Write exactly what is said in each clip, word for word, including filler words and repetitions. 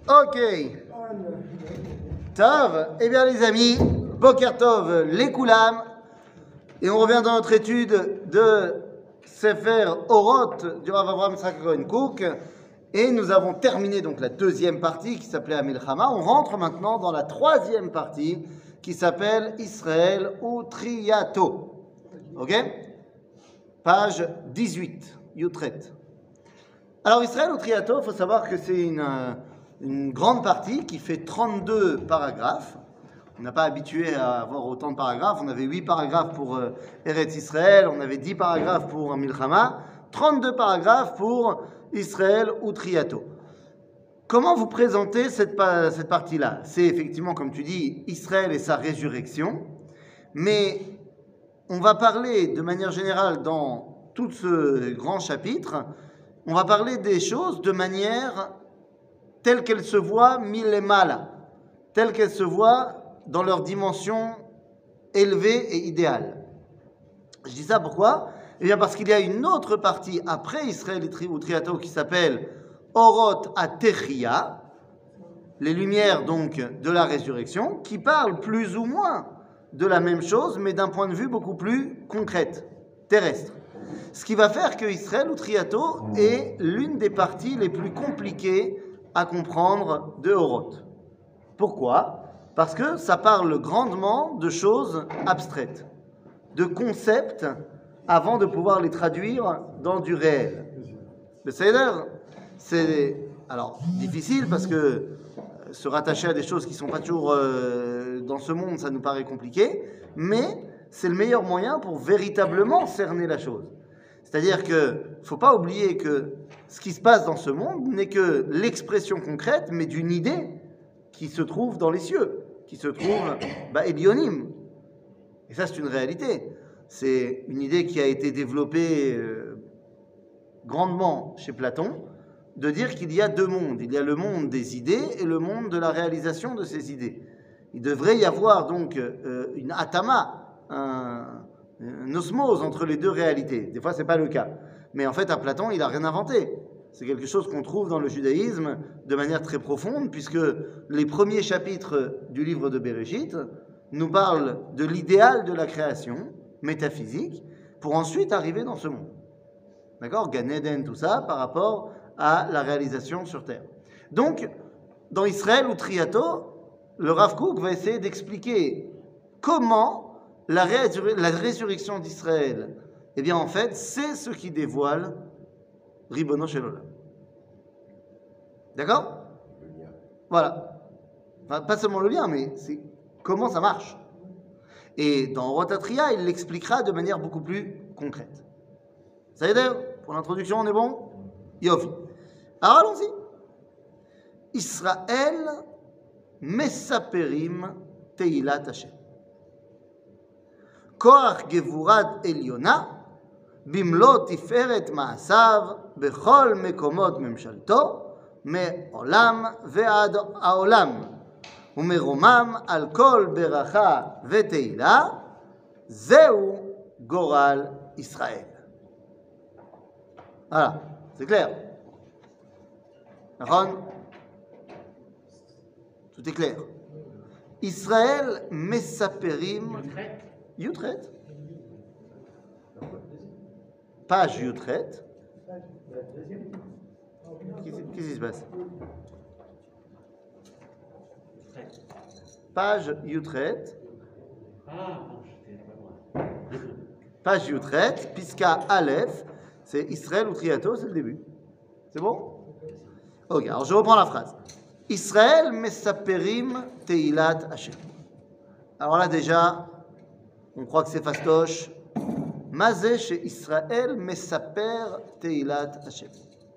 Ok. Tov. Eh bien, les amis, Boker Tov, les Koulam. Et on revient dans notre étude de Sefer Oroth du Rav Avraham Yitzhak Cohen Kook. Et nous avons terminé donc la deuxième partie qui s'appelait Amilchama. On rentre maintenant dans la troisième partie qui s'appelle Israël ou Triato. Ok? Page dix-huit, Yutret. Alors Israël ou Triato, il faut savoir que c'est une, une grande partie qui fait trente-deux paragraphes. On n'a pas habitué à avoir autant de paragraphes. On avait huit paragraphes pour euh, Eretz Israël, on avait dix paragraphes pour Milchama, trente-deux paragraphes pour Israël ou Triato. Comment vous présentez cette, cette partie-là? C'est effectivement, comme tu dis, Israël et sa résurrection, mais on va parler de manière générale dans tout ce grand chapitre, on va parler des choses de manière telle qu'elle se voit milemala, telle qu'elle se voit dans leur dimension élevée et idéale. Je dis ça pourquoi? Eh bien parce qu'il y a une autre partie après Israël ou Triato qui s'appelle Oroth Atechia, les lumières donc de la résurrection, qui parle plus ou moins de la même chose, mais d'un point de vue beaucoup plus concrète, terrestre. Ce qui va faire que Israël ou Triato est l'une des parties les plus compliquées à comprendre de Oroth. Pourquoi? Parce que ça parle grandement de choses abstraites, de concepts, avant de pouvoir les traduire dans du réel. Le Seder, c'est alors difficile parce que se rattacher à des choses qui ne sont pas toujours euh, dans ce monde, ça nous paraît compliqué, mais c'est le meilleur moyen pour véritablement cerner la chose. C'est-à-dire qu'il ne faut pas oublier que ce qui se passe dans ce monde n'est que l'expression concrète, mais d'une idée qui se trouve dans les cieux, qui se trouve bah, Elionim. Et ça, c'est une réalité. C'est une idée qui a été développée euh, grandement chez Platon, de dire qu'il y a deux mondes. Il y a le monde des idées et le monde de la réalisation de ces idées. Il devrait y avoir donc euh, une atama, un, une osmose entre les deux réalités. Des fois, ce n'est pas le cas. Mais en fait, à Platon, il n'a rien inventé. C'est quelque chose qu'on trouve dans le judaïsme de manière très profonde, puisque les premiers chapitres du livre de Bereshit nous parlent de l'idéal de la création métaphysique, pour ensuite arriver dans ce monde. D'accord? Gan Eden, tout ça, par rapport à la réalisation sur Terre. Donc, dans Israël ou Triato, le Rav Kook va essayer d'expliquer comment la, résur- la résurrection d'Israël, eh bien en fait, c'est ce qui dévoile Ribono Shel Olam. D'accord? Voilà. Enfin, pas seulement le lien, mais c'est comment ça marche. Et dans Rotatria, il l'expliquera de manière beaucoup plus concrète. Ça y est d'ailleurs? Pour l'introduction, on est bon? Yofi. Alors allons-y. Israël Mesaperim Teilat Hashem. Koach Gevurat Eliona Bimlo Tiferet Maasav Bechol Mekomot Memshalto Me'olam Ve'ad Haolam Umeromam Al Kol Beracha Ve'teila Zeu Goral Israël. Voilà, c'est clair. Ron, tout est clair. Israël Mesaperim Yutret. Page Yutret. Qu'est-ce qui se passe? Page Yutret. Page Yutret, Piska Aleph, c'est Israël ou Triato, c'est le début. C'est bon? Ok, alors je reprends la phrase. Israël Mesaperim Teilat Hashem. Alors là déjà, on croit que c'est fastoche. Mazé chez Israël Mesaper Teilat Hashem.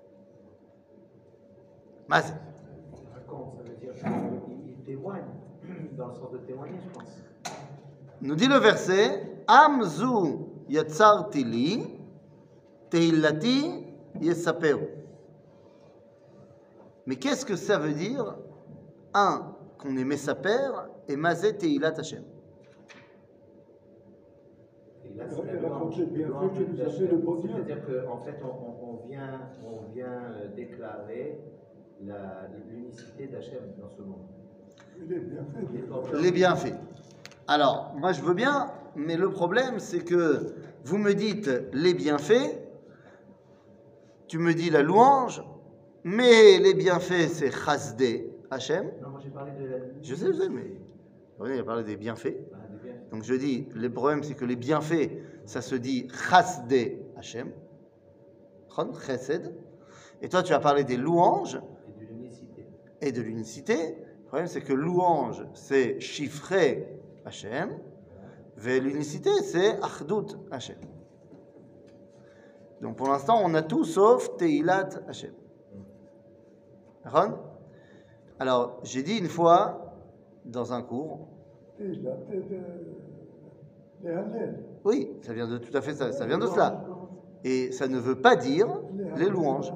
Mazé. Raconte, ça veut dire qu'il témoigne, dans le sens de témoigner, je pense. Nous dit le verset, Amzu yatzarti li, Teilati yesapeu. Mais qu'est-ce que ça veut dire? Un, qu'on est Mesaper, et Mazé Teilat Hashem. Et là, c'est la louange, louange d'Hachem. C'est-à-dire qu'en fait, on, on, on vient, on vient déclarer la- l'unicité d'Hachem dans ce monde. Les bienfaits. Alors, moi je veux bien, mais le problème c'est que vous me dites les bienfaits, tu me dis la louange, mais les bienfaits c'est chasdé Hachem. Non, moi j'ai parlé de la. Je sais, je sais, mais il a parlé des bienfaits. Ah, des bienfaits. Donc je dis, le problème c'est que les bienfaits, ça se dit chasdé Hachem, chesed. Et toi tu as parlé des louanges Et de l'unicité. et de l'unicité. Le problème c'est que louange c'est chiffré Hachem, et l'unicité c'est achdut Hachem. Donc pour l'instant on a tout sauf Teilat Hachem. Ron? Alors j'ai dit une fois dans un cours. Oui, ça vient de tout à fait ça, ça vient de cela. Et ça ne veut pas dire les louanges.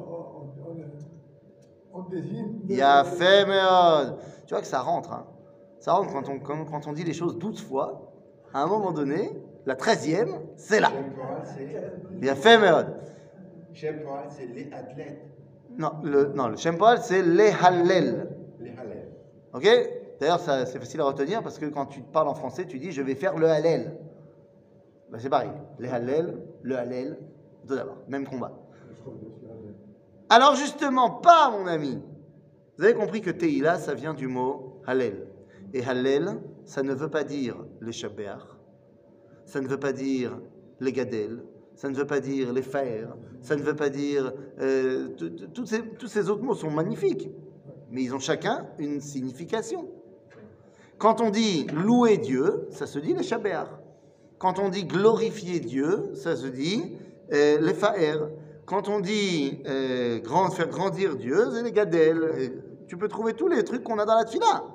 Il y a fait, mais tu vois que ça rentre. Hein. Ça rentre quand on, quand, quand on dit les choses douze fois. À un moment donné, la treizième, c'est là. Il y a fait, mais Shem Poal, c'est les athlètes. non, le, non, le Shem Poal, c'est les Hallel. Les Hallel. Ok? D'ailleurs, ça, c'est facile à retenir parce que quand tu parles en français, tu dis je vais faire le Hallel. Ben, c'est pareil. Les Hallel, le Hallel, tout d'abord, même combat. Alors justement, pas mon ami. Vous avez compris que Teila, ça vient du mot Hallel. Et Hallel, ça ne veut pas dire les Shabbeach, ça ne veut pas dire les Gadel, ça ne veut pas dire les Faer, ça ne veut pas dire... Euh, tous ces, tous ces autres mots sont magnifiques, mais ils ont chacun une signification. Quand on dit louer Dieu, ça se dit les Shabbeach. Quand on dit glorifier Dieu, ça se dit euh, les Faer. Quand on dit euh, grand, faire grandir Dieu, c'est les Gadel. Et tu peux trouver tous les trucs qu'on a dans la Tfila.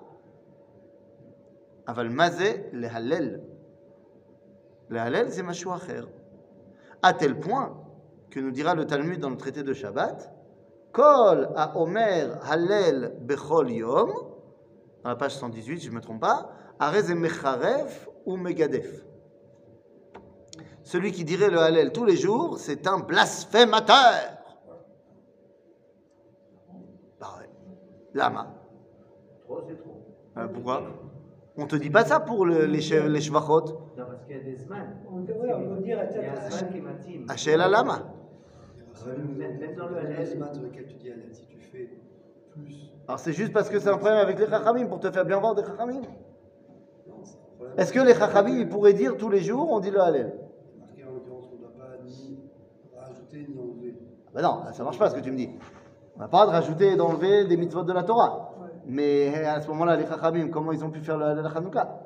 Aval mazé les Hallel. Les Hallel, c'est Mashou Acher. À tel point que nous dira le Talmud dans le traité de Shabbat, Kol a Omer Hallel Bechol Yom, dans la page cent dix-huit, si je ne me trompe pas, Arez Mecharef ou Megadef. Celui qui dirait le Hallel tous les jours, c'est un blasphémateur. Bah ouais. Lama. Trop, c'est trop. Euh, pourquoi? On te dit pas ça pour le, les, che- les shvachot. Non, parce qu'il y a des zman. On peut, ouais, on peut dire à Il y a un zman qui est matim. Hachel lama. Même même dans le Hallel. sur lequel tu dis Hallel, si tu fais plus. Alors c'est juste parce que c'est un problème avec les chachamim, pour te faire bien voir des chachamim. Non, c'est un problème. Est-ce que les chachamim, ils pourraient dire tous les jours, on dit le Hallel? Marqué en l'occurrence, on ne doit pas ni rajouter ni enlever. Ben non, ça marche pas ce que tu me dis. On n'a pas de rajouter et d'enlever des mitzvot de la Torah. Mais à ce moment-là, les chachamim, comment ils ont pu faire le Hallel à Hanouka?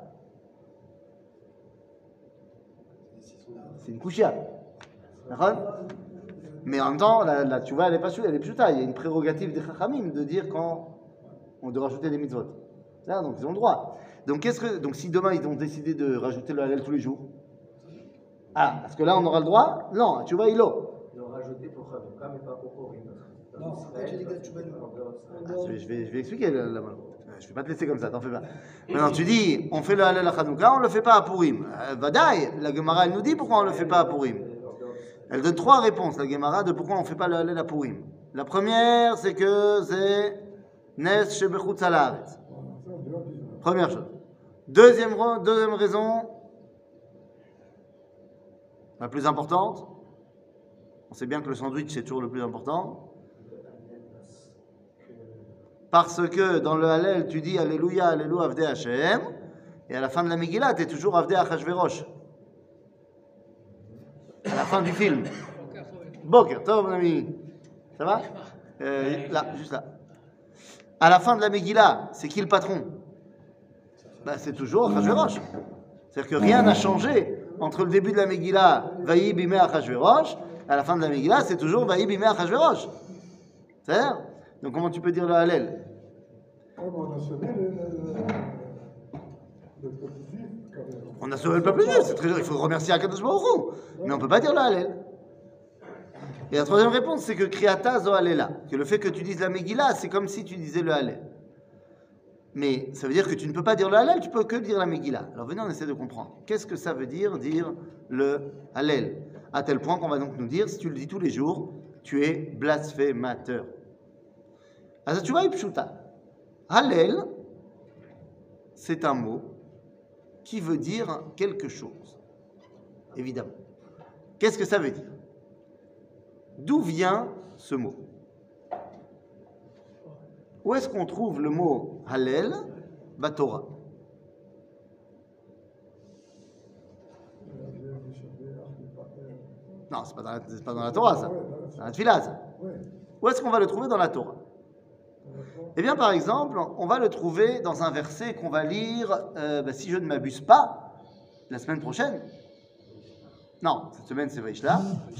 C'est une couchia. D'accord? Mais en même temps, la, la tchouva, elle est pas chou- elle est pshuta. Il y a une prérogative des chachamim de dire quand on doit rajouter des mitzvot. Là, donc ils ont le droit. Donc, qu'est-ce que, donc si demain ils ont décidé de rajouter le Hallel tous les jours, ah, parce que là on aura le droit? Non, tchouva il a. Ils l'ont rajouté pour Hanouka, mais pas pour Purim. Non, quand tu dis que tu vas le- Ah, je, vais, je, vais, je vais expliquer là, là, là. Je vais pas te laisser comme ça, t'en fais pas. Maintenant, tu dis, on fait le Hallel à Hanouka, on le fait pas à Purim. Euh, Vadaï, la Gemara, elle nous dit pourquoi on le fait pas à Purim. Elle donne trois réponses, la Gemara, de pourquoi on fait pas le Hallel à Purim. La première, c'est que c'est Nes Shebechutz Haaretz. Première chose. Deuxième, ra- deuxième raison, la plus importante, on sait bien que le sandwich c'est toujours le plus important. Parce que dans le Hallel, tu dis Alléluia, Alléluia, Avdei Hashem, et à la fin de la Megillah, tu es toujours Avdei Achashverosh. À la fin du film. Boker Tov, mon ami. Ça va? Euh, Là, juste là. À la fin de la Megillah, c'est qui le patron? Bah, c'est toujours Achashverosh. C'est-à-dire que rien n'a changé entre le début de la Megillah, Vayi bimei Achashverosh, à la fin de la Megillah, c'est toujours Vayi bimei Achashverosh. C'est-à-dire? Donc comment tu peux dire le Hallel? On a sauvé le, le, le peuple juif, quand même. On a sauvé le peuple juif, c'est très il faut remercier Akadosh Baruch Hu. Mais on ne peut pas dire le Hallel. Et la troisième réponse, c'est que Kriyata Zo Hallela, que le fait que tu dises la Megillah, c'est comme si tu disais le Hallel. Mais ça veut dire que tu ne peux pas dire le Hallel, tu peux que dire la Megillah. Alors venez, on essaie de comprendre. Qu'est-ce que ça veut dire dire le Hallel? À tel point qu'on va donc nous dire, si tu le dis tous les jours, tu es blasphémateur. אז התשובה היא פשוטה. הלל, c'est un mot qui veut dire quelque chose. Évidemment. Qu'est-ce que ça veut dire? D'où vient ce mot? Où est-ce qu'on trouve le mot Hallel? Torah. Non, c'est pas, dans la, c'est pas dans la Torah, ça. C'est dans la Tfila, ça. Où est-ce qu'on va le trouver dans la Torah? Eh bien, par exemple, on va le trouver dans un verset qu'on va lire, euh, bah, si je ne m'abuse pas, la semaine prochaine. Non, cette semaine, c'est Vaishla.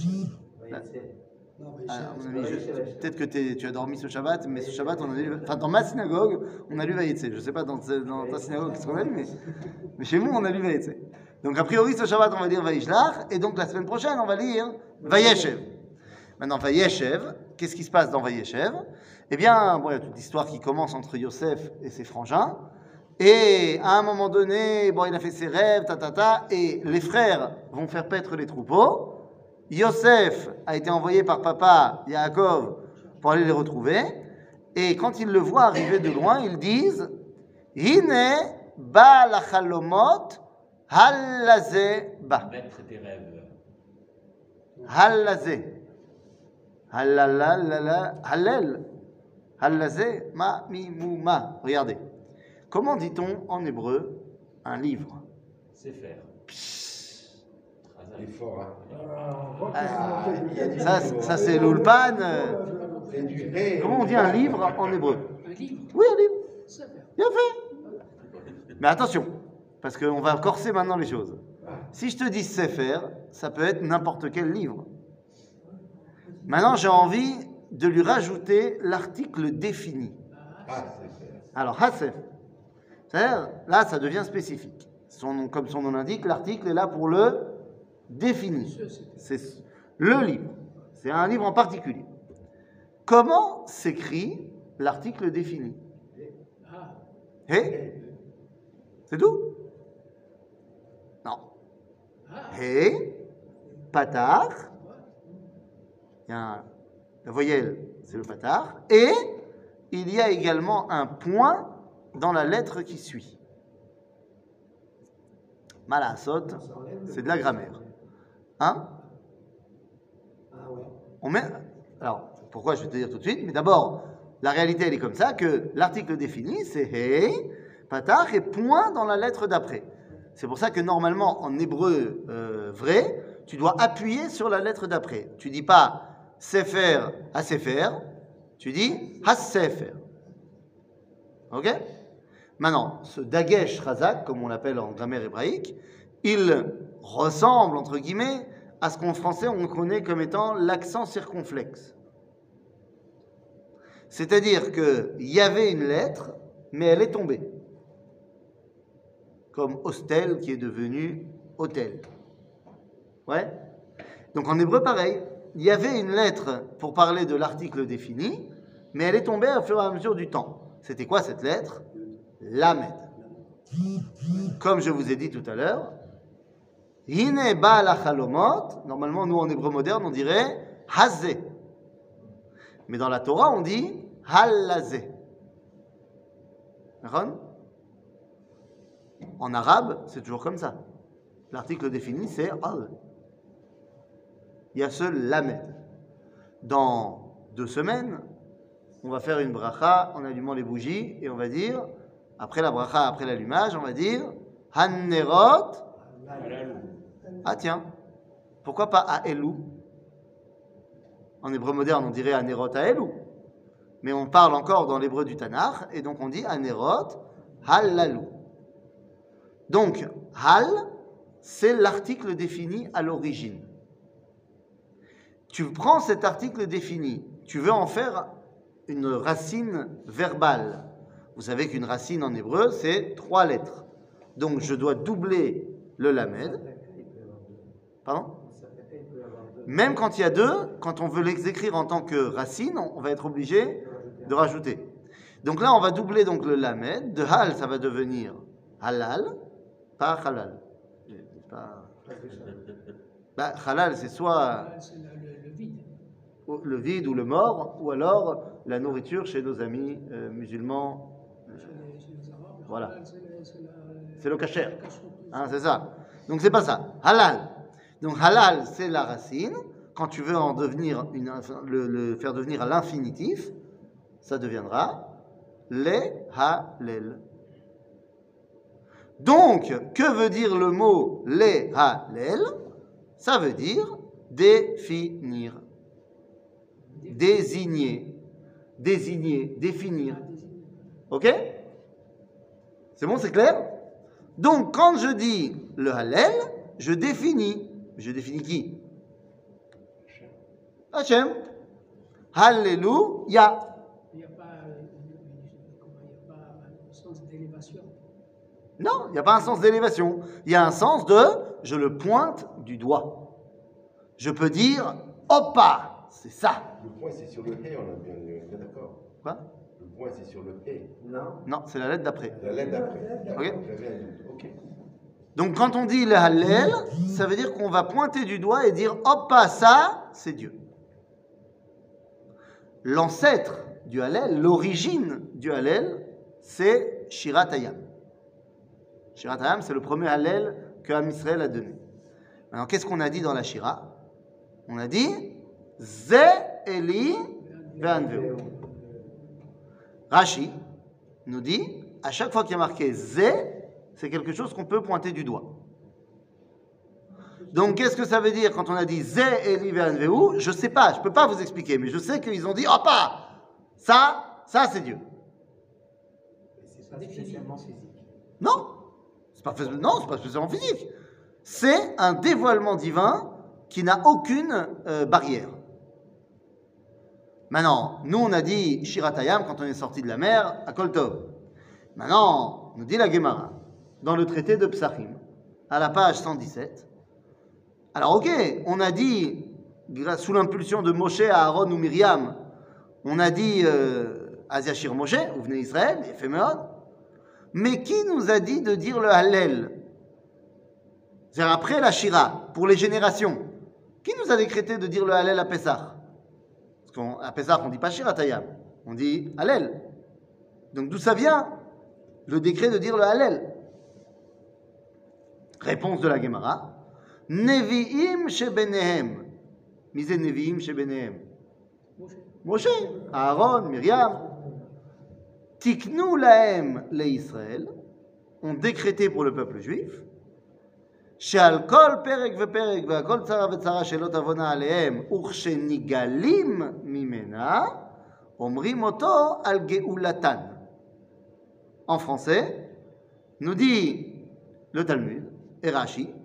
Ah, peut-être que tu as dormi ce Shabbat, mais ce Shabbat, on a lu, enfin, dans ma synagogue, on a lu Vayetse. Je ne sais pas dans, dans ta synagogue ce qu'on a lu, mais, mais chez nous, on a lu Vayetse. Donc, a priori, ce Shabbat, on va lire Vaishlach, et donc la semaine prochaine, on va lire Vayeshev. Maintenant, Vayeshev, qu'est-ce qui se passe dans Vayeshev? Eh bien, bon, il y a toute l'histoire qui commence entre Yosef et ses frangins, et à un moment donné, bon, il a fait ses rêves, ta, ta, ta, et les frères vont faire paître les troupeaux. Yosef a été envoyé par papa Yaakov pour aller les retrouver, et quand ils le voient arriver de loin, ils disent Hine ba la chalomot hallazé ba. Maître des rêves. Hallazé. Hallalala, hallel. Hallazé ma mi mu ma. Regardez. Comment dit-on en hébreu un livre? C'est faire. Il est fort, hein. Ah, ça, ça c'est l'ulpan. C'est du ré. Comment on dit un livre en hébreu? Un livre? Oui, un livre. Ça fait. Bien fait. Mais attention, parce qu'on va corser maintenant les choses. Si je te dis Sefer, ça peut être n'importe quel livre. Maintenant, j'ai envie de lui rajouter l'article défini. Ah, c'est fait. Alors, Hasef. C'est-à-dire, là, ça devient spécifique. Son nom, comme son nom l'indique, l'article est là pour le définir. C'est le livre. C'est un livre en particulier. Comment s'écrit l'article défini? Ah, Hé? C'est tout? Non. ah, Hé, patar. Il y a un- la voyelle, c'est le patar. Et il y a également un point dans la lettre qui suit. Malasot, c'est de la grammaire. Hein? Ah ouais. On met. Alors, pourquoi je vais te dire tout de suite, mais d'abord, la réalité, elle est comme ça, que l'article défini, c'est Hei, Patar, et point dans la lettre d'après. C'est pour ça que normalement, en hébreu euh, vrai, tu dois appuyer sur la lettre d'après. Tu dis pas Sefer à Sefer, tu dis Has-Sefer. Ok? Maintenant, ce Dagesh Razak, comme on l'appelle en grammaire hébraïque, il ressemble, entre guillemets, à ce qu'en français on connaît comme étant l'accent circonflexe. C'est-à-dire qu'il y avait une lettre, mais elle est tombée. Comme hostel qui est devenu hôtel. Ouais? Donc en hébreu, pareil. Il y avait une lettre pour parler de l'article défini, mais elle est tombée au fur et à mesure du temps. C'était quoi cette lettre? Lamed. Comme je vous ai dit tout à l'heure, Hine ba la chalomot, normalement nous en hébreu moderne on dirait hazé. Mais dans la Torah on dit hallazé. En arabe, c'est toujours comme ça. L'article défini c'est al. Il y a ce lamed. Dans deux semaines, on va faire une bracha en allumant les bougies et on va dire, après la bracha, après l'allumage, on va dire Hannerot. Ah tiens, pourquoi pas à Elou? En hébreu moderne, on dirait Hannerot à Elou. Mais on parle encore dans l'hébreu du Tanakh, et donc on dit Hannerot Hallalou. Donc, Hal, c'est l'article défini à l'origine. Tu prends cet article défini, tu veux en faire une racine verbale. Vous savez qu'une racine en hébreu, c'est trois lettres. Donc, je dois doubler le lamed. Pardon? Même quand il y a deux, quand on veut les écrire en tant que racine, on va être obligé de rajouter. Donc là, on va doubler donc le lamed. De hal, ça va devenir halal, pas halal. Pas... Bah, halal, c'est soit c'est le, le- le vide. le vide ou le mort, ou alors la nourriture chez nos amis euh, musulmans. Chez les, chez les Arabes, Voilà. halal, c'est le- c'est la- C'est le kasher. la kashrut. Hein, c'est ça. Donc c'est pas ça. Halal. Donc halal, c'est la racine. Quand tu veux en devenir une, le, le faire devenir à l'infinitif, ça deviendra les halel. Donc, que veut dire le mot les halel? Ça veut dire définir, désigner, désigner, définir. Ok? C'est bon, c'est clair? Donc, quand je dis le halel, je définis. Je définis qui? Hachem. Alléluia. Il n'y a pas, euh, comment, il n'y a pas un sens d'élévation. Non, il n'y a pas un sens d'élévation. Il y a un sens de je le pointe du doigt. Je peux dire Opa, c'est ça. Le point, c'est sur le hé, on a bien, bien d'accord. Quoi? Le point, c'est sur le hé. Non. Non, c'est la lettre d'après. La lettre d'après. Ok. J'avais un doute. Ok. Donc quand on dit le Hallel, ça veut dire qu'on va pointer du doigt et dire Opa, ça, c'est Dieu. L'ancêtre du Hallel, l'origine du Hallel, c'est Shirat Hayam. Shirat Hayam, c'est le premier Hallel que Am Israël a donné. Maintenant, qu'est-ce qu'on a dit dans la Shira? On a dit Ze Eli Ve'anveu. Rashi nous dit, à chaque fois qu'il y a marqué Ze, c'est quelque chose qu'on peut pointer du doigt. Donc, qu'est-ce que ça veut dire quand on a dit Ze Eli Ve'anveu? Je ne sais pas, je ne peux pas vous expliquer, mais je sais qu'ils ont dit, oh pas, ça, ça c'est Dieu. C'est pas spécialement physique. Non, c'est pas, non, c'est pas spécialement physique. C'est un dévoilement divin qui n'a aucune euh, barrière. Maintenant, nous on a dit Shirat Hayam quand on est sorti de la mer à Kol Tov. Maintenant, nous dit la Gemara dans le traité de Psachim, à la page cent dix-sept. Alors ok, on a dit, sous l'impulsion de Moshe, Aaron ou Myriam, on a dit euh, Aziashir Moshe, vous venez Israël, éphémérode. Mais qui nous a dit de dire le Hallel? C'est-à-dire après la Shira, pour les générations. Qui nous a décrété de dire le Hallel à Pessah? Parce qu'à Pessah, on ne dit pas Shirat Hayam, on dit Hallel. Donc d'où ça vient le décret de dire le Hallel? Réponse de la Gemara. Nevi'im shebenehem. Misé Nevi'im shebenehem. Moshe, Aaron, Myriam. Tiknu lahem le Israël. Ont décrété pour le peuple juif. שעל כל פרק ופרק והכל צרה וצרה שלא תבונה עליהם וכשניגלים ממנה אומרים אותו על גאולתן. En français, nous dit le Talmud et Rashi,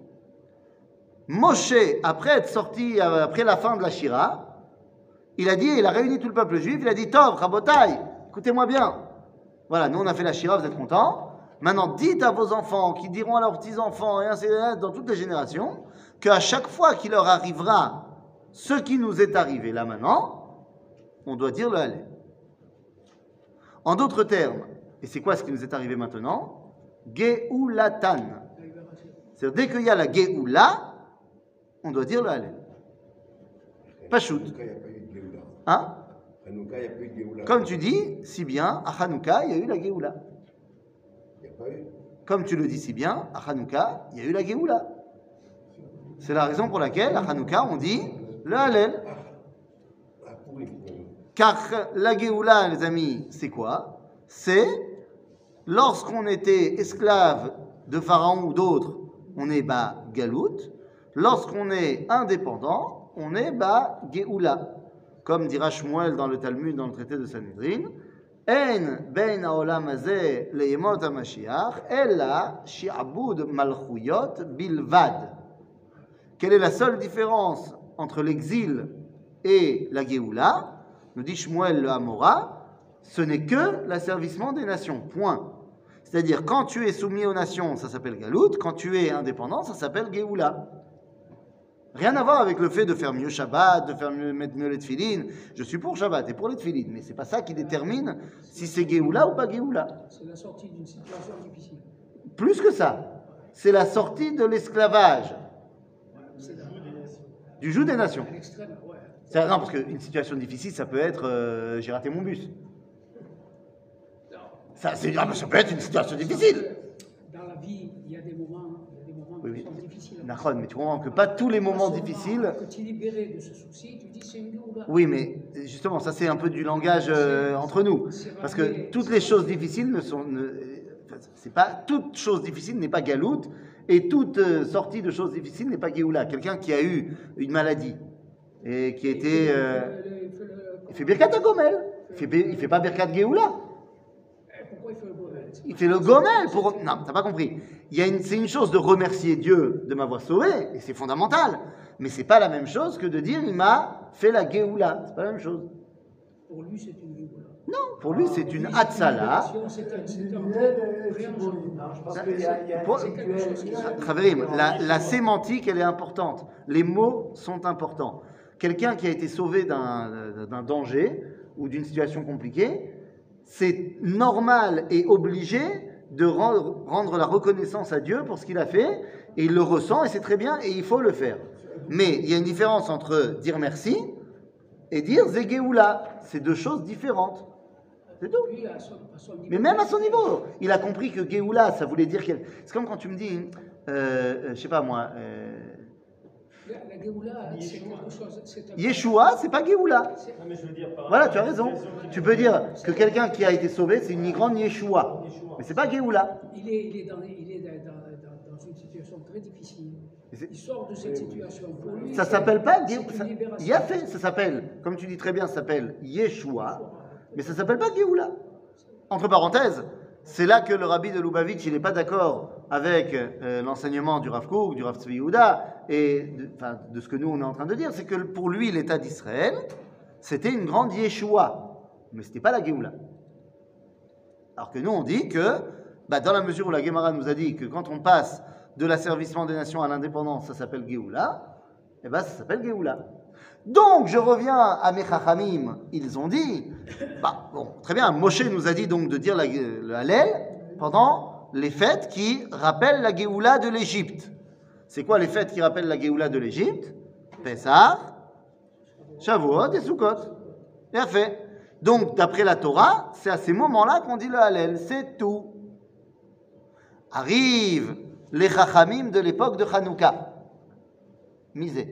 Moshe, après être sorti, après la fin de la Shira, il a dit, il a réuni tout le peuple juif, il a dit, Tov, Rabotai, écoutez-moi bien. Voilà, nous on a fait la Shira, vous êtes contents? Maintenant, dites à vos enfants, qui diront à leurs petits-enfants, et ainsi de suite, dans toutes les générations, qu'à chaque fois qu'il leur arrivera ce qui nous est arrivé là maintenant, on doit dire le Hallel. En d'autres termes, et c'est quoi ce qui nous est arrivé maintenant? Geoulatan. C'est-à-dire, dès qu'il y a la Geoula, on doit dire le Hallel. Pachout. Hanouka, il n'y a pas eu de Géoula. Hein? Hanouka, il n'y a pas eu de Géoula. Comme tu dis si bien, à Hanouka, il y a eu la Geoula. Il n'y a pas eu. Comme tu le dis si bien, à Hanouka, il y a eu la Géoula. C'est la raison pour laquelle, à Hanouka, on dit le Hallel. Ah, pourri. Car la Géoula, les amis, c'est quoi? C'est lorsqu'on était esclave de Pharaon ou d'autres, on est bas Galout. Lorsqu'on est indépendant, on est bas Géoula. Comme dira Shmuel dans le Talmud, dans le traité de Sanhedrin, En ben haolam hazeh leyemot hamashiach, ella shi'abud malchuyot bilvad. Quelle est la seule différence entre l'exil et la Géoula? Nous dit Shmuel le Hamora, ce n'est que l'asservissement des nations, point. C'est-à-dire, quand tu es soumis aux nations, ça s'appelle Galout, quand tu es indépendant, ça s'appelle Géoula. Rien à voir avec le fait de faire mieux Shabbat, de faire mieux, mettre mieux les tefilines. Je suis pour Shabbat et pour les tefilines, mais c'est pas ça qui détermine si c'est Géoula ou pas Géoula. C'est la sortie d'une situation difficile. Plus que ça, c'est la sortie de l'esclavage, C'est la- du joug des nations. à l'extrême, ouais. Ça, non, parce qu'une situation difficile, ça peut être euh, j'ai raté mon bus. Ça, c'est, ah, ça peut être une situation difficile. Dans la vie, il y a des moments, il y a des moments Oui, qui oui. sont difficiles. Nahon, mais tu comprends que pas tous les moments difficiles. Que tu es libéré de ce souci, tu dis c'est une goula. Oui, mais justement, ça c'est un peu du langage euh, entre nous. Parce que toutes les choses difficiles ne sont. Ne, c'est pas, toute chose difficile n'est pas galoute, et toute euh, sortie de choses difficiles n'est pas géoula. Quelqu'un qui a eu une maladie, et qui était. Euh, il fait Birkat Gomel. Il fait, il fait pas Birkat Géoula. Pourquoi il fait le gomel? Il fait le Gomel pour. Non, t'as pas compris. Il y a une, c'est une chose de remercier Dieu de m'avoir sauvé, et c'est fondamental. Mais c'est pas la même chose que de dire il m'a fait la Géoula. C'est pas la même chose. Pour lui, c'est une goula. Non, pour lui c'est une Hatzala. C'est un c'est un Il vrai est préhension. Non, je pense qu'il y a, il y a Pour- un rituel qui- Khaverim, la, la sémantique, elle est importante. Les mots sont importants. Quelqu'un qui a été sauvé d'un, d'un danger ou d'une situation compliquée, c'est normal et obligé de rendre, rendre la reconnaissance à Dieu pour ce qu'il a fait, et il le ressent, et c'est très bien, et il faut le faire. Mais il y a une différence entre dire merci et dire Zegéoula. C'est deux choses différentes. C'est tout. Lui, à son, à son niveau. Mais même à son niveau, il a compris que Géoula, ça voulait dire qu'elle. C'est comme quand tu me dis, euh, euh, je sais pas moi, euh, La, la Géoula, c'est quelque chose. C'est un- Yeshua, c'est pas Géoula. c'est- Non, mais je veux dire, par Voilà, rapport tu as à la raison. situation qui Tu nous peux est- dire que quelqu'un qui a été sauvé, c'est une grande Yeshua. Mais c'est pas Géoula. Il est, il est, dans, il est dans, dans- dans une situation très difficile. Et c'est- Il sort de cette situation. Pour lui, Ça c'est- s'appelle pas c'est Géoula. une libération. Il a fait, ça s'appelle, comme tu dis très bien, ça s'appelle Yeshua, mais ça s'appelle pas Géoula. Entre parenthèses, c'est là que le rabbi de Lubavitch, il n'est pas d'accord avec euh, l'enseignement du Rav Kook, du Rav Tzvi Yehuda, et de, enfin, de ce que nous on est en train de dire, c'est que pour lui, l'État d'Israël, c'était une grande Yeshua, mais ce n'était pas la Géoula. Alors que nous, on dit que, bah, dans la mesure où la Gemara nous a dit que quand on passe de l'asservissement des nations à l'indépendance, ça s'appelle Géoula, eh ben, ça s'appelle Géoula. Donc, je reviens à mes Chachamim, ils ont dit, bah, bon, très bien, Moshe nous a dit donc de dire la, le Hallel pendant les fêtes qui rappellent la Géoula de l'Égypte. C'est quoi les fêtes qui rappellent la Géoula de l'Égypte? Pessah, Shavuot et Sukkot. Bien fait. Donc, d'après la Torah, c'est à ces moments-là qu'on dit le Hallel, c'est tout. Arrivent les Chachamim de l'époque de Hanouka. Misé.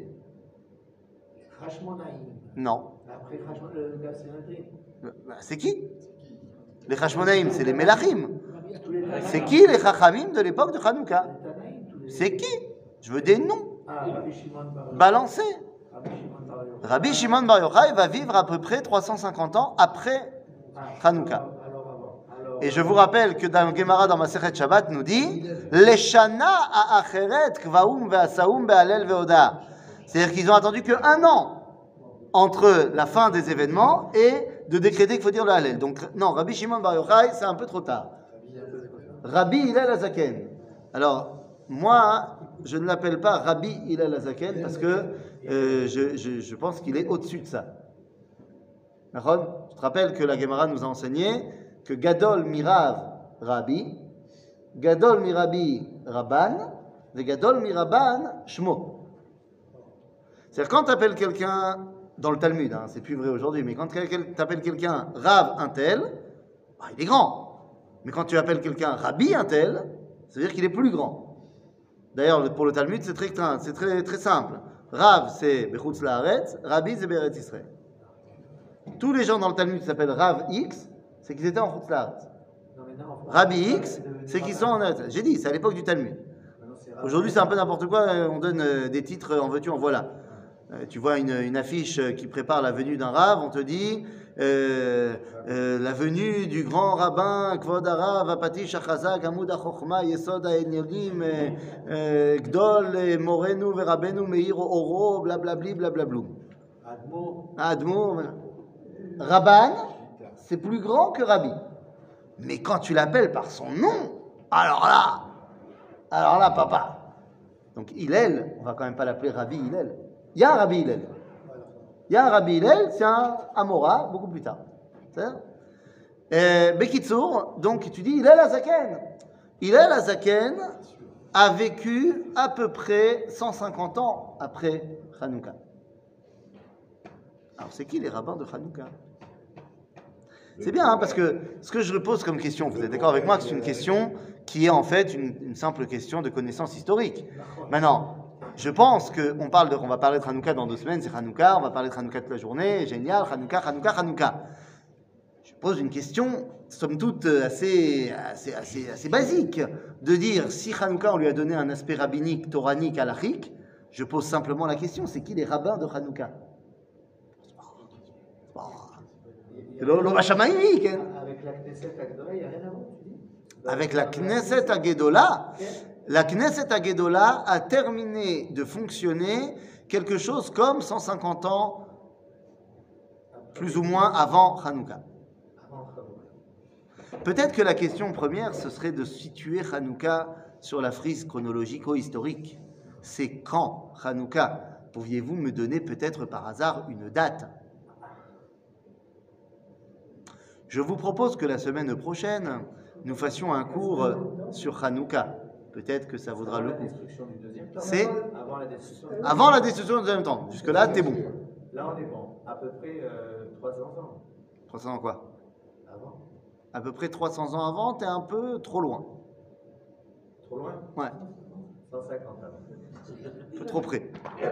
Hashmonaïm. Non. Après Hashmonaïm, le gars, c'est Nadé. Bah, c'est qui? Les Hashmonaïm, c'est les Melachim. Tous les Tanaïm. C'est qui les Chachamim de l'époque de Hanouka? Les Tanaïm, tous les- C'est qui? Je veux des noms. Ah, Rabbi Shimon Bar Yochai. Balancés. Rabbi Shimon Bar Yochai. Rabbi Shimon Bar Yochai va vivre à peu près trois cent cinquante ans après Ah, Hanouka. alors- alors avant. Alors- Et je vous rappelle que dans le Gemara, dans Masechet Shabbat, nous dit Leshana ha'acheret kvaum ve'asaum be'alel ve'oda. C'est-à-dire qu'ils ont attendu qu'un an entre la fin des événements et de décréter qu'il faut dire le Hallel. Donc, non, Rabbi Shimon Bar Yochai, c'est un peu trop tard. Rabbi Hillel Hazaken. Alors, moi, je ne l'appelle pas Rabbi Hillel Hazaken parce que euh, je, je- je pense qu'il est au-dessus de ça. D'accord? Je te rappelle que la Gemara nous a enseigné que Gadol Mirav Rabbi, Gadol Mirabi Rabban, et Gadol Miraban Shmo. C'est-à-dire quand tu appelles quelqu'un, dans le Talmud, hein, c'est plus vrai aujourd'hui, mais quand tu appelles quelqu'un Rav un tel, bah, il est grand. Mais quand tu appelles quelqu'un Rabbi un tel, ça veut dire qu'il est plus grand. D'ailleurs, pour le Talmud, c'est très, c'est très, très simple. Rav, c'est Bechutz Laaretz, Rabbi, c'est Beretz Israël. Tous les gens dans le Talmud qui s'appellent Rav X, c'est qu'ils étaient en Chutz Laaretz. Non, mais non, on- Rabbi X, c'est qu'ils sont en Eretz. J'ai dit, c'est à l'époque du Talmud. Maintenant, c'est Rabbi- Aujourd'hui, c'est un peu n'importe quoi, euh, on donne euh, des titres en veux-tu, en voilà. Euh, tu vois une, une affiche euh, qui prépare la venue d'un Rav, on te dit euh, euh, la venue du grand rabbin Kvod Harav Apati Shachazak Amud HaChochma Yesod HaEnyonim euh, euh, Gdol euh, Morenu Verabenu Meir Oro blablabli blablablou. Admo. Admo, voilà. Rabban, c'est plus grand que Rabbi. Mais quand tu l'appelles par son nom, alors là, alors là, papa. Donc Hillel, on va quand même pas l'appeler Rabbi Hillel. Il y a un Rabbi Hillel. Il y a un Rabbi Hillel, c'est un Amora, beaucoup plus tard. C'est Bekitsour, donc tu dis Hillel Hazaken. Hillel Hazaken a vécu à peu près cent cinquante ans après Hanouka. Alors, c'est qui les rabbins de Hanouka? C'est bien, hein, parce que ce que je pose comme question, vous êtes d'accord avec moi que c'est une question qui est en fait une, une simple question de connaissance historique. Maintenant, je pense qu'on parle de, on va parler de Hanouka dans deux semaines, c'est Hanouka, on va parler de Hanouka toute la journée, génial, Hanouka, Hanouka, Hanouka. Je pose une question, somme toute, assez, assez, assez, assez basique, de dire si Hanouka, on lui a donné un aspect rabbinique, toranique, halachique, je pose simplement la question, c'est qui les rabbins de Hanouka? Avec la Knesset Agdola, il n'y a rien à voir, tu dis? Avec la Knesset Agdola, la Knesset Agdola a terminé de fonctionner quelque chose comme cent cinquante ans, plus ou moins avant Hanouka. Peut-être que la question première, ce serait de situer Hanouka sur la frise chronologico-historique. C'est quand Hanouka? Pourriez-vous me donner peut-être par hasard une date? Je vous propose que la semaine prochaine, nous fassions un cours sur Hanouka. Peut-être que ça vaudra le coup. C'est Avant la destruction du avant la destruction du deuxième temps. Jusque-là, t'es bon. Là, on est bon. À peu près euh, trois cents ans. trois cents ans quoi? Avant. À peu près trois cents ans avant, t'es un peu trop loin. Trop loin? Ouais, cent cinquante avant. un peu trop près.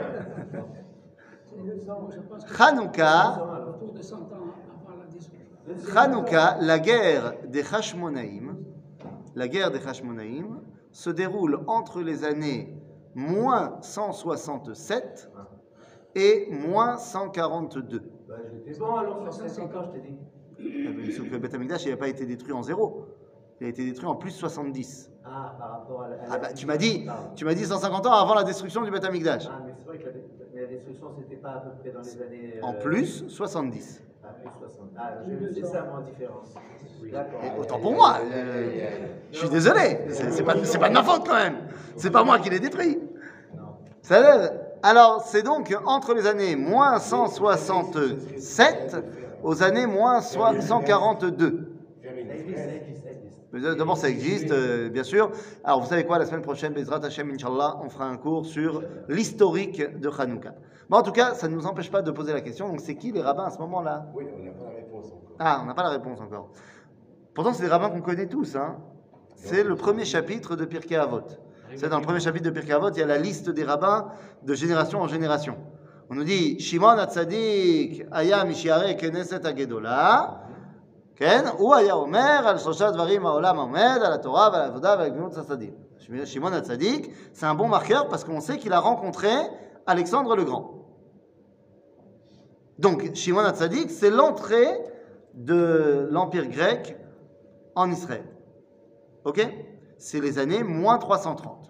Moi, je pense que Hanouka, autour de cent ans avant la destruction. Hanouka, la guerre des Hashmonaïm, la guerre des Hashmonaïm se déroule entre les années moins cent soixante-sept et moins cent quarante-deux. Bah, j'étais bon alors sur cent cinquante, je t'ai dit. Ah ben, sauf que le Beth Amikdash, il n'a pas été détruit en zéro. Il a été détruit en plus soixante-dix. Ah, par rapport à la. à Ah la- bah, tu m'as dit, Pardon. tu m'as dit cent cinquante ans avant la destruction du Beth Amikdash. Ah, mais c'est vrai que la, mais la destruction, c'était pas à peu près dans les années. En euh, plus, soixante-dix. Ah, plus soixante. Ah, je- c'est ça mon différence. D'accord. Et autant pour moi. euh, je suis désolé. C'est c'est pas, c'est pas de ma faute quand même. C'est pas moi qui l'ai détruit. Non. Ça veut dire- Alors, c'est donc entre les années moins cent soixante-sept aux années moins cent quarante-deux. Ça existe, ça existe, ça existe. Mais D'abord, ça existe, euh, bien sûr. Alors, vous savez quoi, la semaine prochaine, Bezrat Hashem, Inch'Allah, on fera un cours sur l'historique de Hanouka. Mais en tout cas, ça ne nous empêche pas de poser la question. Donc, c'est qui les rabbins à ce moment-là? Oui, on n'a pas la réponse encore. Ah, on n'a pas la réponse encore. Pourtant, c'est des rabbins qu'on connaît tous. Hein. C'est le premier chapitre de Pirkei Avot. C'est dans le premier chapitre de Pirkei Avot, il y a la liste des rabbins de génération en génération. On nous dit Shimon HaTzadik Aya Mishiare Knesset Agedola, Ken, ou Aya Omer al Shosha Dvarim Haolam Omed al Torah al Avoda al Gemilut Tzaddik. Shimon HaTzadik, c'est un bon marqueur parce qu'on sait qu'il a rencontré Alexandre le Grand. Donc, Shimon HaTzadik, c'est l'entrée de l'Empire grec en Israël. Ok? C'est les années moins trois cent trente.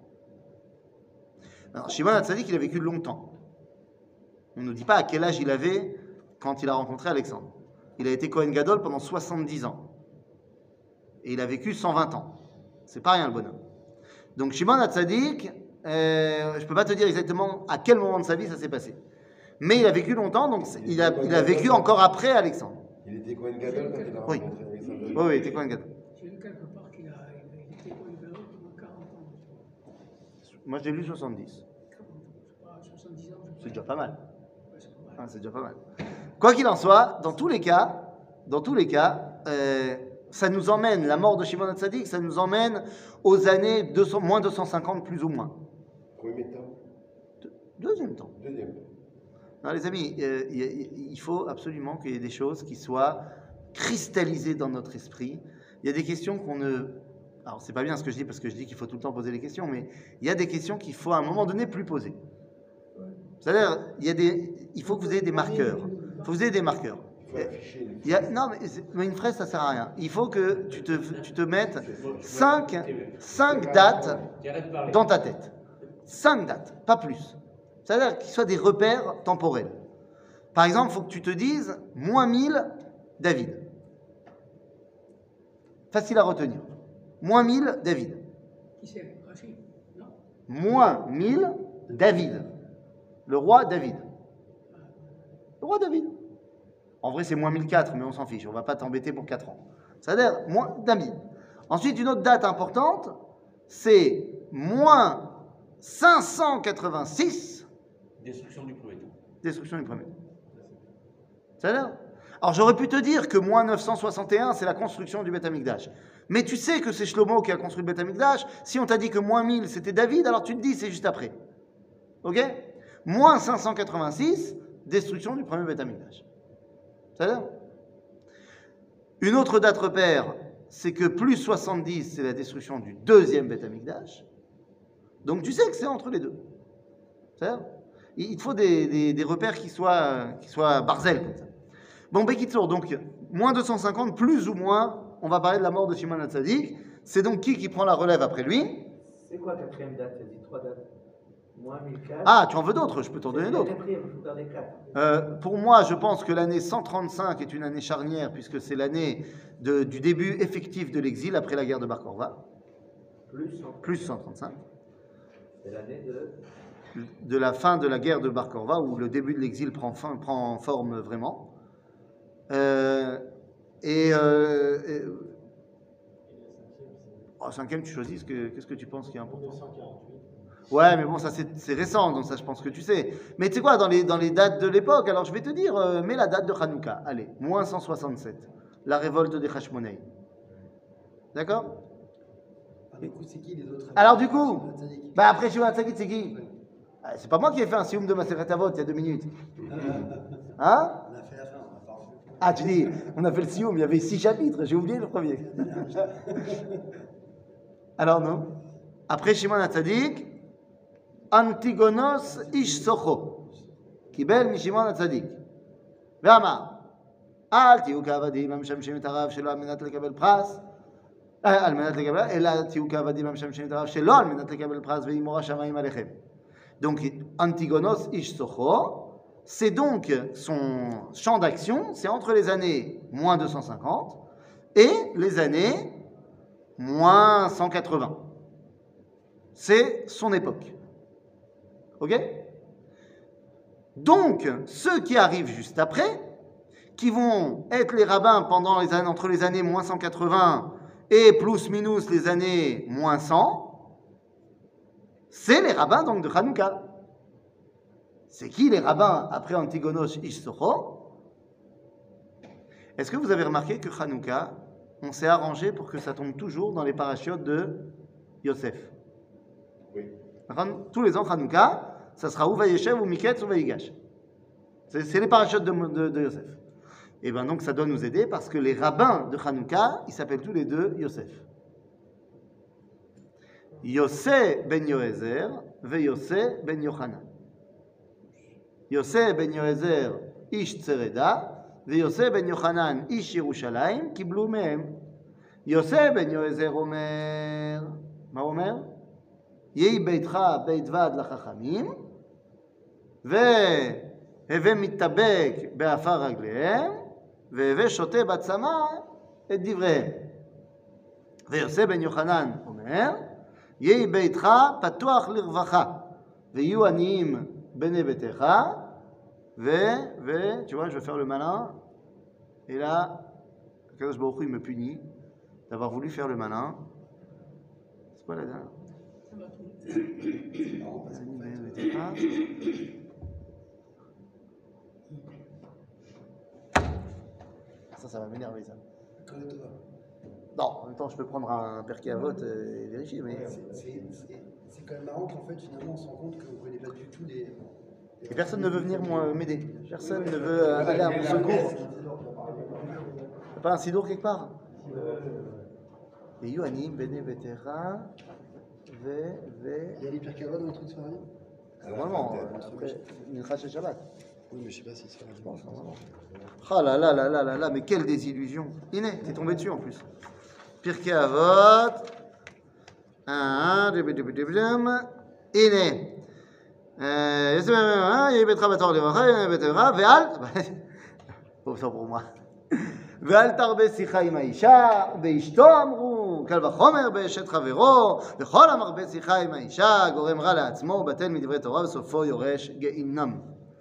Alors, Shimon HaTzadik, il a vécu longtemps. On ne nous dit pas à quel âge il avait quand il a rencontré Alexandre. Il a été Kohen Gadol pendant soixante-dix ans. Et il a vécu cent vingt ans. C'est pas rien le bonhomme. Donc, Shimon HaTzadik, euh, je ne peux pas te dire exactement à quel moment de sa vie ça s'est passé. Mais il a vécu longtemps, donc il a, il a vécu encore après Alexandre. Il était Cohen Gadol quand il a Oui. rencontré Alexandre. Oui, oui, il était Kohen Gadol. J'ai lu quelque part qu'il a, il a été Kohen Gadol pendant quarante ans. Moi, j'ai lu soixante-dix. quarante ans, je sais pas, soixante-dix ans. je C'est sais déjà pas. pas mal. Ouais, c'est pas mal. Ah, c'est déjà pas mal. Quoi qu'il en soit, dans tous les cas, dans tous les cas, euh, ça nous emmène, la mort de Shimon HaTzadik, ça nous emmène aux années deux cents, moins deux cent cinquante plus ou moins. Premier temps, De- deuxième temps. deuxième. Non, les amis, euh, il y a- il faut absolument qu'il y ait des choses qui soient cristallisées dans notre esprit. Il y a des questions qu'on ne... Alors, c'est pas bien ce que je dis parce que je dis qu'il faut tout le temps poser les questions, mais il y a des questions qu'il faut à un moment donné plus poser. C'est-à-dire, il y a des... il faut que vous ayez des marqueurs. Il faut que vous ayez des marqueurs. Il faut afficher une Il y a- non, mais, c'est- mais une fraise, ça sert à rien. Il faut que tu te, tu te mettes cinq, cinq dates Qui arrête de parler. dans ta tête. Cinq dates, pas plus. C'est-à-dire qu'ils soient des repères temporels. Par exemple, il faut que tu te dises moins mille, David. Facile à retenir. Moins mille, David. Qui c'est? Rachid? Non? Moins mille, David. Le roi David. Le roi David. En vrai, c'est moins mille quatre, mais on s'en fiche. On ne va pas t'embêter pour quatre ans. C'est-à-dire moins David. Ensuite, une autre date importante, c'est moins cinq cent quatre-vingt-six, Destruction du premier temps. destruction du premier. C'est-à-dire, alors j'aurais pu te dire que moins neuf cent soixante et un, c'est la construction du Beth Amikdash. Mais tu sais que c'est Shlomo qui a construit le Beth Amikdash. Si on t'a dit que moins mille, c'était David, alors tu te dis c'est juste après. Ok? Moins cinq cent quatre-vingt-six, destruction du premier Beth Amikdash. C'est-à-dire, une autre date repère, c'est que plus soixante-dix, c'est la destruction du deuxième Beth Amikdash. Donc tu sais que c'est entre les deux. C'est-à-dire, il te faut des, des, des repères qui soient, qui soient barzel comme ça. Bon, Bekitsour, donc, moins deux cent cinquante, plus ou moins, on va parler de la mort de Shimon HaTzadik. C'est donc qui qui prend la relève après lui? C'est quoi la quatrième date? Tu as dit trois dates. Moins mille quatre. Ah, tu en veux d'autres? Je peux t'en donner d'autres. Euh, pour moi, je pense que l'année cent trente-cinq est une année charnière, puisque c'est l'année de, du début effectif de l'exil après la guerre de Bar Korva. Plus, plus cent trente-cinq. C'est l'année de... de la fin de la guerre de Bar Korva, où le début de l'exil prend, fin, prend forme vraiment. Euh, et, euh, et oh, cinquième, tu choisis, que, qu'est-ce que tu penses qui est important? Ouais, mais bon, ça c'est, c'est récent, donc ça je pense que tu sais. Mais tu sais quoi, dans les, dans les dates de l'époque, alors je vais te dire, euh, mets la date de Hanouka, allez, moins cent soixante-sept, la révolte des Hashmonaï. D'accord? Ah, du coup, c'est qui les autres? Alors du coup, bah après Shimon HaTzadik, c'est qui? Ah, c'est pas moi qui ai fait un sioum de Maseret Avot il y a deux minutes. Hein? On a fait la fin, on a pas refait. Ah, tu dis, on a fait le sioum, il y avait six chapitres, j'ai oublié le premier. Alors non. Après Shimon HaTzadik, Antigonos ish Socho, קיבל משמעון הצדיק, ואמר, אל תהיו כעבדים המשמשים את הרב שלא על מנת לקבל פרס, על מנת לקבל, אלא תהיו כעבדים המשמשים את הרב שלא על מנת לקבל פרס וימור השמיים עליכם. Donc, Antigonos ish Socho, c'est donc son champ d'action, c'est entre les années moins deux cent cinquante et les années moins cent quatre-vingts. C'est son époque. Ok? Donc, ceux qui arrivent juste après, qui vont être les rabbins pendant les années, entre les années moins cent quatre-vingts et plus minus les années moins cent, c'est les rabbins donc de Hanouka. C'est qui les rabbins après Antigonos ish Socho? Est-ce que vous avez remarqué que Hanouka, on s'est arrangé pour que ça tombe toujours dans les parachutes de Yosef? Oui. Tous les ans, Hanouka, ça sera ou Vayeshev, ou Miketz, ou Vayigash. C'est, c'est les parachutes de, de, de Yosef. Et bien donc, ça doit nous aider parce que les rabbins de Hanouka, ils s'appellent tous les deux Yosef. Yosef ben Yoézer, ve Yosef ben Yochanan. Yosef ben Yoézer, ish Tsereda, ve Yosef ben Yochanan, ish Yerushalayim, קיבלו מהם. יוסף בן יועזר אומר, מה הוא אומר? יהי ביתך בית ועד לחכמים, והווה מתאבק באפר רגליהם, והווה שותה בצמא את דבריהם. ויוסף בן יוחנן אומר, יהי ביתך פתוח לרווחה, ויהיו עניים בני ביתך, ו... ו... tu vois, je vais faire le malin, et là, Akadosh Baruch Hu, il me punit d'avoir voulu faire le malin. C'est quoi la dernière? Ça, ça va m'énerver, ça. Non, en même temps, je peux prendre un perquet à vote et vérifier, mais... C'est, c'est, c'est, c'est quand même marrant qu'en fait, finalement, on se rend compte qu'on ne connaît pas du tout les... Et personne ne veut venir moi, m'aider. Personne ne veut euh, aller à mon secours. T'as pas un sidour quelque part? Et Yohanim, Bene, Vetera, Ve, Ve... Il y a les pires cavots dans le truc de Sfaradi? Normalement, euh, après, Mincha chez Shabbat. Oui, mais je sais pas si c'est vrai. Je pense, normalement. Ah là là là là là là, mais quelle désillusion. Iné, t'es tombé dessus en plus. Pirkei Avot. Un, deux, deux, deux, deux, deux. Iné. Yosef ben Yochanan, Yehi Beitra Bator Levacha, Yehi Betera, Ve'al. Pauvre ça pour moi. ואל תרבה שיחה עם האישה, באשתו אמרו, קל וחומר באשת חברו, וכל המרבה שיחה עם האישה, גורם רע לעצמו, ובטל מדברי תורה, וסופו יורש גיהינם.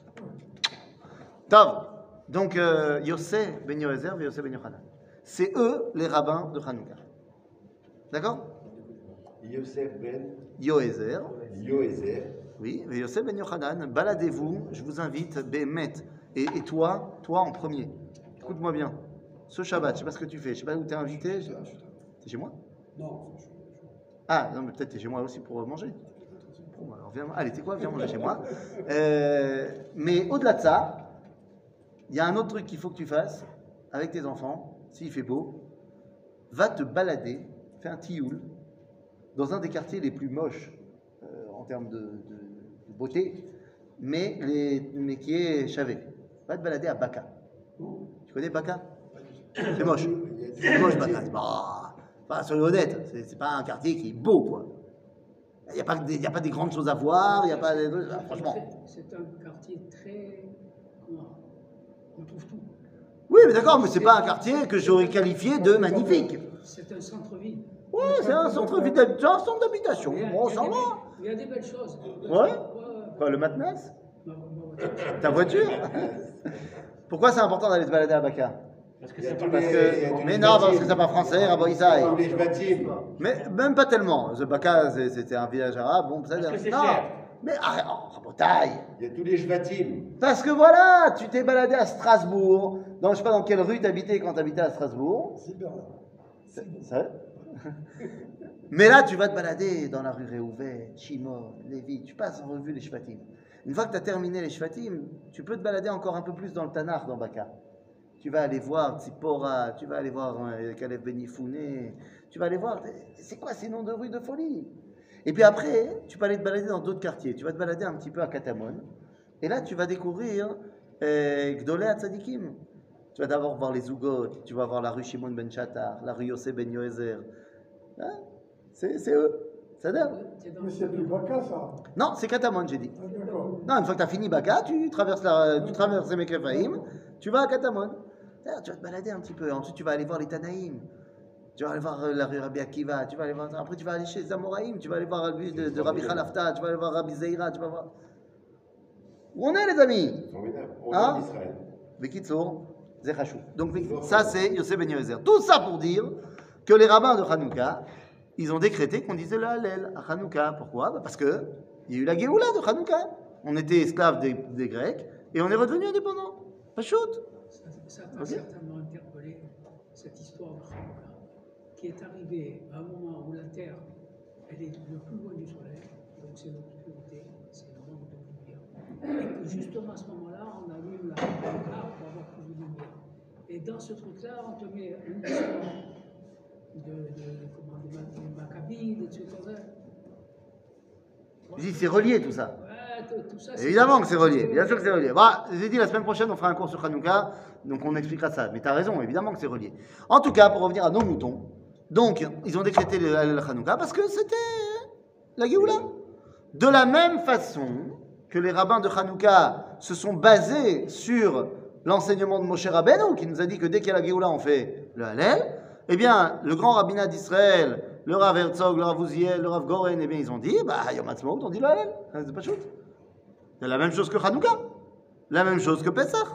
טוב, donc euh, Yosef ben Yoézer et Yosef ben Yochanan. C'est eux les rabbins de Hanouka. D'accord? Yosef ben Yoézer. Yoézer. Oui, et Yosef ben Yochanan, baladez-vous, je vous invite, Bémet, Et, et toi, toi en premier, écoute-moi bien. Ce Shabbat, je sais pas ce que tu fais, je sais pas où t'es invité. je- T'es chez moi? Non, je- Ah, non, mais peut-être t'es chez moi aussi pour manger. Bon, alors viens, allez, tu sais quoi, viens manger chez moi. Euh, mais au-delà de ça, il y a un autre truc qu'il faut que tu fasses avec tes enfants, s'il fait beau, va te balader, fais un tioul dans un des quartiers les plus moches euh, en termes de, de- de beauté, mais, les, mais qui est chavé. Va te balader à Baka. Tu connais Baka? C'est moche. C'est moche, Baka. C'est pas, pas soyez honnête, c'est c'est pas un quartier qui est beau, quoi. Il n'y a, pas des- il y a pas des grandes choses à voir, il n'y a pas des... ah, franchement. C'est un quartier très. Comment on trouve tout. Oui, mais d'accord, mais c'est pas un quartier que j'aurais qualifié de magnifique. C'est un centre-ville. Ouais, c'est un centre d'hab- c'est un centre d'habitation. Il y a- Bon, il y a ça des- va. Il y a des belles choses. Ouais. Quoi, le matnas? Ma- ma voiture. Ta voiture? Pourquoi c'est important d'aller te balader à Baka? Parce que Il y a c'est tous pas Parce les- que... il y a tous Mais les non, parce bâtiments. que c'est pas français, Rabbi Isaï. Tous les bâtiments. Mais même pas tellement. The Baka, c'est- c'était un village arabe. Bon, ça, Parce que c'est non. cher. Mais arrête, oh, Rabotaï. Il y a tous les Shvatim. Parce que voilà, tu t'es baladé à Strasbourg. Dans, je sais pas dans quelle rue t'habitais quand t'habitais à Strasbourg. c'est hyper là. C'est c'est vrai? Mais là, tu vas te balader dans la rue Réhouvet, Shimon, Lévi. Tu passes en revue les Shvatim. Une fois que tu as terminé les Shvatim, tu peux te balader encore un peu plus dans le Tanakh, dans Baka. Tu vas aller voir Tzipora, tu vas aller voir euh, Caleb Benifouné, tu vas aller voir. C'est quoi ces noms de rues de folie? Et puis après, tu peux aller te balader dans d'autres quartiers. Tu vas te balader un petit peu à Katamon. Et là, tu vas découvrir euh, Gdolé Tzadikim. Tu vas d'abord voir les Zougot, tu vas voir la rue Shimon ben Chattar, la rue Yosef ben Yoézer. Hein? C'est c'est eux. Ça donne. C'est dans- Mais c'est plus Baka, ça. Non, c'est Katamon, j'ai dit. Ah, d'accord. Non, une fois que tu as fini Baka, tu traverses, la, tu traverses les Mekrefaïm, tu vas à Katamon. D'ailleurs, tu vas te balader un petit peu. Ensuite, tu vas aller voir les Tanaïm. Tu vas aller voir euh, la rue Rabbi Akiva. Tu vas aller voir... Après, tu vas aller chez les Amoraïm. Tu vas aller voir la rue de, de Rabbi Khalafta. Tu vas aller voir Rabbi Zeira. Tu vas voir. Où on est, les amis? Formidable. On Hein? est en Israël. Bekitsour, Zechachou. Donc, ça, c'est Yosef ben Yoézer. Tout ça pour dire que les rabbins de Hanouka, ils ont décrété qu'on disait le Hallel à Hanouka. Pourquoi? Bah parce qu'il y a eu la Géoula de Hanouka. On était esclaves des, des Grecs et on est redevenu indépendants. Pas shoot. Ça ça t'a Ok. certainement interpellé cette histoire de Hanouka, qui est arrivée à un moment où la Terre, elle est le plus loin du Soleil, donc c'est l'obscurité, c'est le manque de lumière. Et que justement à ce moment-là, on allume la Hanouka pour avoir plus de lumière. Et dans ce truc-là, on te met une histoire de, de, comment, des Ma- des Maccabides, et cetera. Je dis, c'est relié tout ça. Ouais, tout- tout ça, c'est- Évidemment que c'est relié, bien sûr que c'est relié. Bah, j'ai dit la semaine prochaine, on fera un cours sur Hanouka, donc on expliquera ça. Mais tu as raison, évidemment que c'est relié. En tout cas, pour revenir à nos moutons, donc, ils ont décrété le, le Hanouka parce que c'était la Géoula. De la même façon que les rabbins de Hanouka se sont basés sur l'enseignement de Moshe Rabbeinu, qui nous a dit que dès qu'il y a la Géoula, on fait le Hallel, eh bien, le grand rabbinat d'Israël, le Rav Herzog, le Rav Uziel, le Rav Goren, eh bien, ils ont dit, bah, Yom Ha'atzmaut, on dit le Hallel. C'est pas chouette. C'est la même chose que Hanouka, la même chose que Pessah.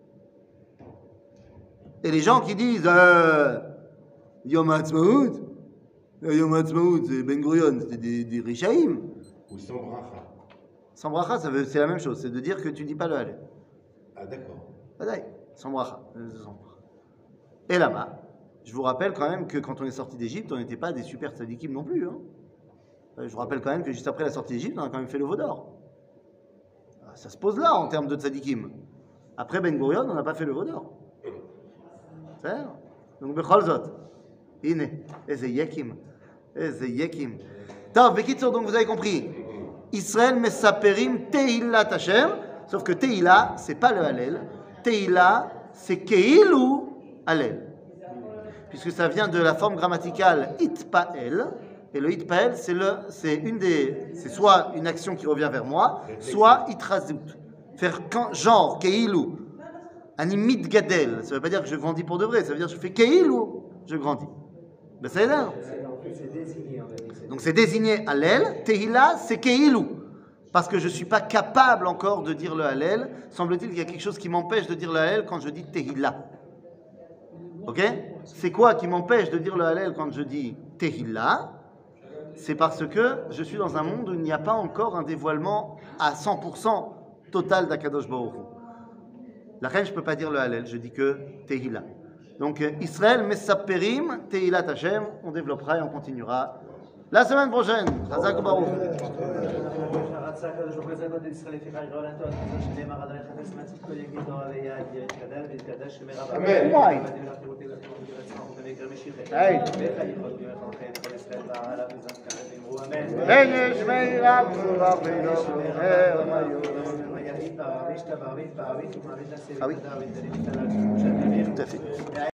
Et les gens qui disent euh, Yom Ha'atzmaut, euh, Yom Ha'atzmaut, c'est Ben Gurion, c'était des, des Rishaïm. Ou sans bracha. Sans bracha, ça veut- c'est la même chose, c'est de dire que tu dis pas le Hallel. Ah, d'accord. Badaï, sans bracha. euh, sans bracha. Et là-bas, je vous rappelle quand même que quand on est sorti d'Égypte, on n'était pas des super tzadikim non plus. Hein. Euh, Je vous rappelle quand même que juste après la sortie d'Égypte, on a quand même fait le Vaudor. Ah, ça se pose là en termes de tzadikim. Après Ben Gurion, on n'a pas fait le Vaudor. C'est vrai. Donc, Bechol Zot. Ine, Eze Yekim. Eze Yekim. Tav, Bekitsour, donc vous avez compris. Israël Mesaperim Tehillat Hashem. Sauf que Tehillah, c'est pas le Hallel. Tehillah, c'est Keilu Hallel. Puisque ça vient de la forme grammaticale Itpael. Et le Itpael, c'est le, c'est une des, c'est soit une action qui revient vers moi, soit Itrazut. Faire quand, genre, Keilu. Animit Gadel. Ça veut pas dire que je grandis pour de vrai. Ça veut dire que je fais Keilu, je grandis. Ben ça là. Donc c'est désigné Hallel. Tehillah, c'est Keilu. Parce que je ne suis pas capable encore de dire le Hallel. Semble-t-il qu'il y a quelque chose qui m'empêche de dire le Hallel quand je dis Tehillah. Ok? C'est quoi qui m'empêche de dire le Hallel quand je dis Tehillah? C'est parce que je suis dans un monde où il n'y a pas encore un dévoilement à cent pour cent total d'Akadosh Baruch Hu. La reine, je ne peux pas dire le Hallel, je dis que Tehila. Donc, euh, Israël, Messaperim, Tehilat Hashem, on développera et on continuera la semaine prochaine. Chazak Baruch. רצה הקדוש ברוך הוא לזכות את ישראל לפיכך יקראו לנתו, כזו שנאמר עד עליך תשמצית כל יגיד נורא ויעד יתגדל ויתקדש שמר רבה. אמן. וואי. היי. היי, שמי רב רבינו, הרמיון. וישתבח ויתפאר ויתפאר ויתפאר ויתפאר Ah oui. ויתפאר ויתפאר Tout à fait.